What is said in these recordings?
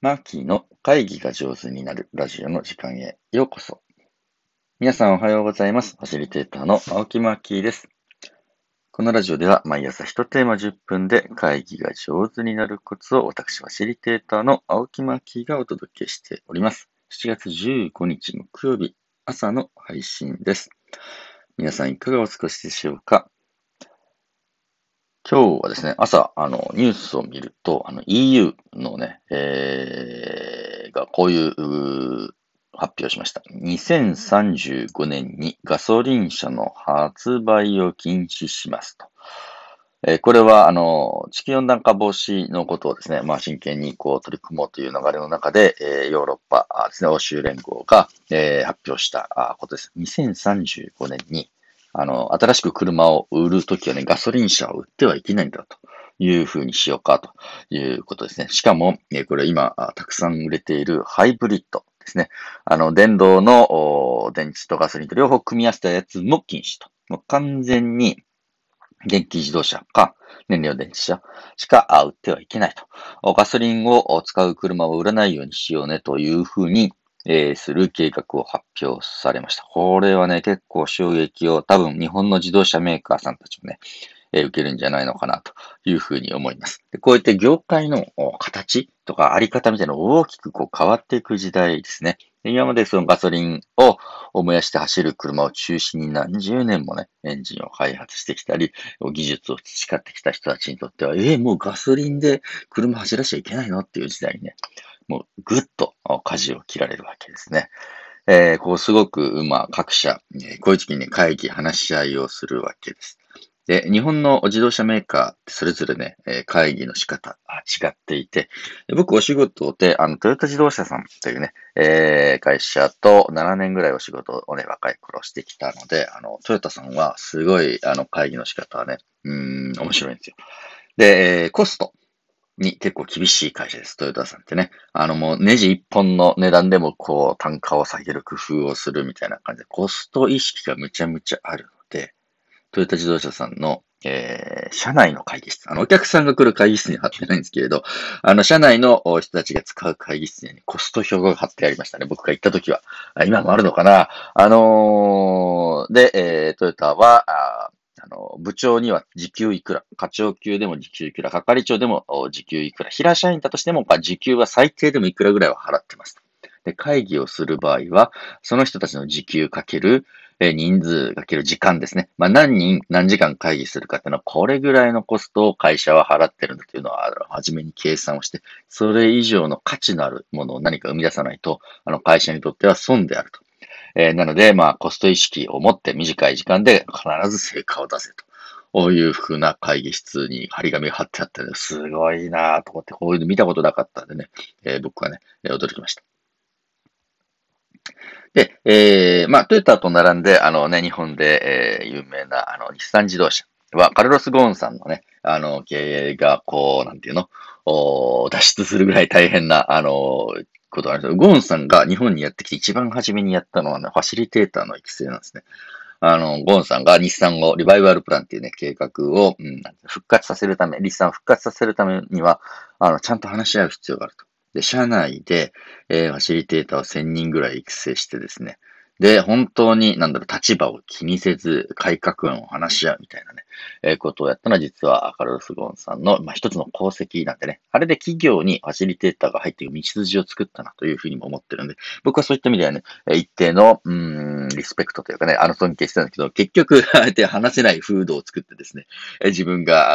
マーキーの会議が上手になるラジオの時間へようこそ。皆さんおはようございます。ファシリテーターの青木マーキーです。このラジオでは毎朝1テーマ10分で会議が上手になるコツを私ファシリテーターの青木マーキーがお届けしております。7月15日木曜日朝の配信です。皆さんいかがお過ごしでしょうか。今日はですね、朝、ニュースを見ると、EU のね、がこういう発表しました。2035年にガソリン車の発売を禁止しますと。これは、地球温暖化防止のことをですね、真剣に取り組もうという流れの中で、ヨーロッパですね、欧州連合が、発表したことです。2035年に、新しく車を売るときはね、ガソリン車を売ってはいけないんだというふうにしようかということですね。しかも、これ今、たくさん売れているハイブリッドですね。電動の電池とガソリンと両方組み合わせたやつも禁止と。もう完全に電気自動車か燃料電池車しか売ってはいけないと。ガソリンを使う車を売らないようにしようねというふうに、する計画を発表されました。これはね、結構衝撃を多分日本の自動車メーカーさんたちもね、受けるんじゃないのかなというふうに思います。でこうやって業界の形とかあり方みたいなのが大きく変わっていく時代ですね。で今までそのガソリンを燃やして走る車を中心に何十年もね、エンジンを開発してきたり、技術を培ってきた人たちにとっては、もうガソリンで車走らしちゃいけないのっていう時代にね、もうぐっと舵を切られるわけですね。すごく、各社、こういう時にね、会議、話し合いをするわけです。で、日本の自動車メーカーってそれぞれね、会議の仕方違っていて、で僕お仕事で、トヨタ自動車さんというね、会社と7年ぐらいお仕事をね、若い頃してきたので、トヨタさんはすごい、会議の仕方はね、面白いんですよ。で、コストに結構厳しい会社です、トヨタさんってね。もうネジ一本の値段でも単価を下げる工夫をするみたいな感じで、コスト意識がむちゃむちゃあるので、トヨタ自動車さんの、社内の会議室。お客さんが来る会議室に貼ってないんですけれど、社内の人たちが使う会議室に、ね、コスト表が貼ってありましたね。僕が行った時は。今もあるのかな。で、トヨタは、部長には時給いくら、課長級でも時給いくら、係長でも時給いくら、平社員だとしても、時給は最低でもいくらぐらいは払ってます。で、会議をする場合は、その人たちの時給かける、人数かける時間ですね。何人、何時間会議するかっていうのは、これぐらいのコストを会社は払ってるんだというのは、初めに計算をして、それ以上の価値のあるものを何か生み出さないと、会社にとっては損であると。なので、コスト意識を持って短い時間で必ず成果を出せと。こういう風な会議室に張り紙が貼ってあってね、すごいなぁと思って、こういうの見たことなかったんでね、僕はね、驚きました。で、トヨタと並んで、日本で、有名な、日産自動車は、カルロス・ゴーンさんのね、経営が、なんていうの、脱出するぐらい大変な、ことがあるんですけど、ゴーンさんが日本にやってきて一番初めにやったのはね、ファシリテーターの育成なんですね。ゴーンさんが日産をリバイバルプランっていうね、計画を、復活させるため、日産を復活させるためには、ちゃんと話し合う必要があると。で、社内で、ファシリテーターを1000人ぐらい育成してですね。で、本当に、立場を気にせず、改革案を話し合うみたいなね、ことをやったのは、実は、カルロス・ゴーンさんの、一つの功績なんでね、あれで企業にファシリテーターが入っていく道筋を作ったなというふうにも思ってるんで、僕はそういった意味ではね、一定の、リスペクトというかね、尊敬してたんだけど、結局、あえて話せない風土を作ってですね、自分が、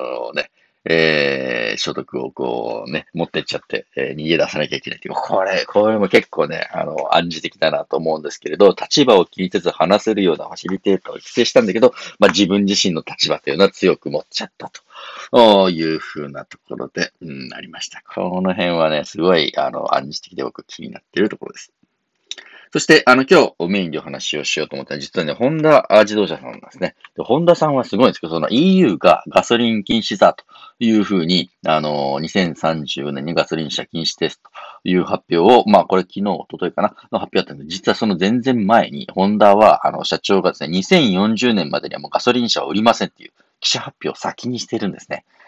所得を持ってっちゃって、逃げ出さなきゃいけないっていう、これも結構ね、暗示的だなと思うんですけれど、立場を気にせず話せるようなファシリテーターを育成したんだけど、自分自身の立場というのは強く持っちゃったというふうなところで、ありました。この辺はね、すごい、暗示的で僕気になっているところです。そして、今日メインでお話をしようと思ったら、実はね、ホンダ自動車さんなんですね。で、ホンダさんはすごいんですけど、その EU がガソリン禁止だというふうに、2030年にガソリン車禁止ですという発表を、これ昨日、一昨日かな、の発表だったんで、実はその全然前に、ホンダは、社長がですね、2040年までにはもうガソリン車を売りませんっていう記者発表を先にしてるんですね。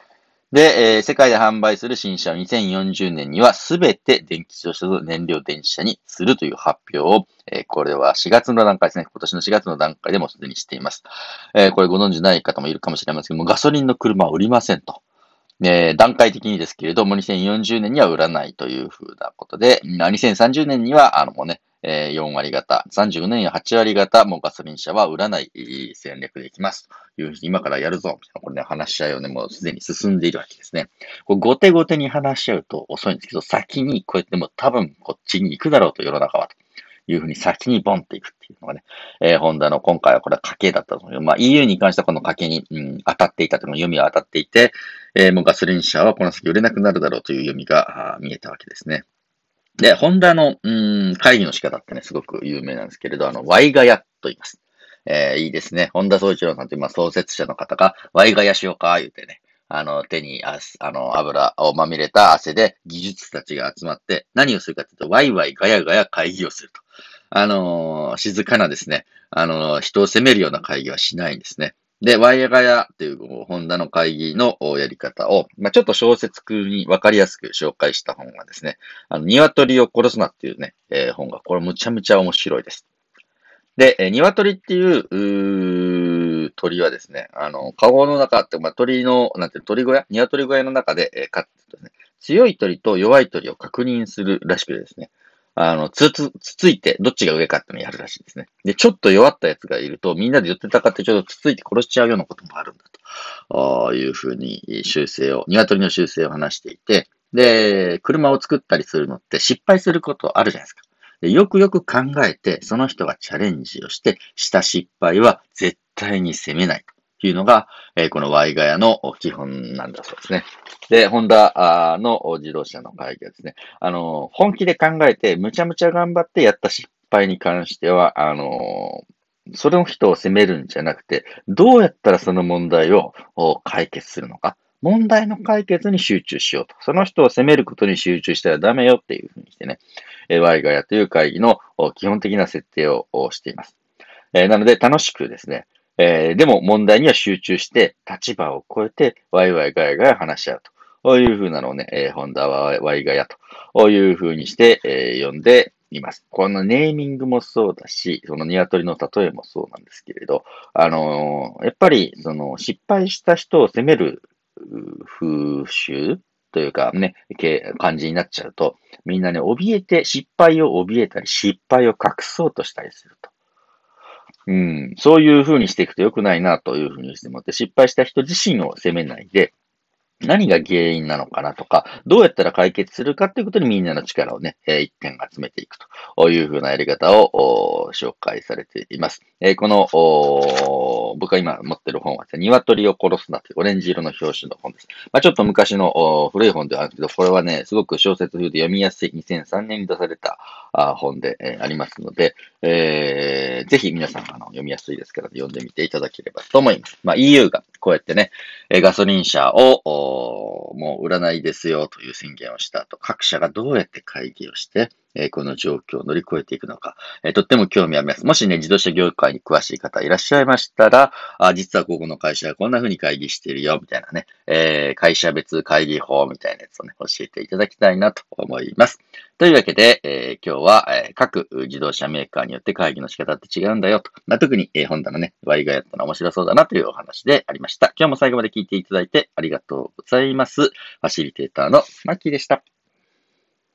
で、世界で販売する新車を2040年にはすべて電気自動車と燃料電池車にするという発表を、これは4月の段階ですね。今年の4月の段階でもすでにしています。これご存知ない方もいるかもしれませんけども、ガソリンの車は売りませんと。段階的にですけれども、2040年には売らないというふうなことで、2030年には、もうね、4割型、35年や8割型、もうガソリン車は売らない戦略でいきます。というふうに今からやるぞ。これね、話し合いをね、もうすでに進んでいるわけですね。これ後手後手に話し合うと遅いんですけど、先にこうやってもう多分こっちに行くだろうと世の中はというふうに先にボンっていくっていうのがね、ホンダの今回はこれは賭けだったと思うよ。まあ EU に関してはこの賭けに、当たっていたというの読みは当たっていて、もうガソリン車はこの先売れなくなるだろうという読みが見えたわけですね。で、ホンダの、会議の仕方ってね、すごく有名なんですけれど、ワイガヤと言います。いいですね。本田宗一郎さんという、創設者の方が、ワイガヤしようか、言うてね、手に油をまみれた汗で技術たちが集まって、何をするかというと、ワイワイガヤガヤ会議をすると。静かなですね、人を責めるような会議はしないんですね。で、ワイガヤというホンダの会議のやり方を、ちょっと小説風にわかりやすく紹介した本がですね、鶏を殺すなっていうね、本が、これむちゃむちゃ面白いです。で、鶏っていう、鳥はですね、カゴの中って、鳥の、なんていう、鳥小屋鶏小屋の中で、飼ってるとね、強い鳥と弱い鳥を確認するらしくてですね、つついて、どっちが上かっていうのをやるらしいですね。で、ちょっと弱ったやつがいると、みんなで寄ってたかってちょっとつついて殺しちゃうようなこともあるんだと、いうふうに鶏の習性を話していて、で、車を作ったりするのって失敗することあるじゃないですか。でよくよく考えて、その人がチャレンジをして、した失敗は絶対に責めないというのが、このワイガヤの基本なんだそうですね。で、ホンダの自動車の会議はですね、本気で考えて、むちゃむちゃ頑張ってやった失敗に関しては、その人を責めるんじゃなくて、どうやったらその問題を解決するのか。問題の解決に集中しようと。その人を責めることに集中したらダメよっていうふうにしてね、ワイガヤという会議の基本的な設定をしています。なので楽しくですね、でも問題には集中して立場を超えてワイワイガヤガヤ話し合うと。こういうふうなのをね、ホンダはワイガヤというふうにして、呼んでいます。このネーミングもそうだし、その鶏の例えもそうなんですけれど、やっぱりその失敗した人を責める風習というかね、感じになっちゃうと、みんなね、失敗を怯えたり、失敗を隠そうとしたりすると。そういう風にしていくと良くないなという風にしてもって、失敗した人自身を責めないで、何が原因なのかなとか、どうやったら解決するかということにみんなの力をね、一点集めていくというふうなやり方を紹介されています。この、僕が今持ってる本はですね、鶏を殺すなというオレンジ色の表紙の本です。ちょっと昔の古い本ではあるんですけど、これはね、すごく小説風で読みやすい2003年に出された本で、ありますので、ぜひ皆さん読みやすいですから読んでみていただければと思います。EU がこうやってね、ガソリン車をもう売らないですよという宣言をした後、各社がどうやって会議をして、この状況を乗り越えていくのか、とっても興味あります。もしね、自動車業界に詳しい方いらっしゃいましたら、実はここの会社はこんな風に会議しているよ、みたいなね、会社別会議法みたいなやつをね、教えていただきたいなと思います。というわけで、今日は、各自動車メーカーによって会議の仕方って違うんだよと。特に、ホンダのね、ワイがやったの面白そうだなというお話でありました。今日も最後まで聞いていただいてありがとうございます。ファシリテーターのマッキーでした。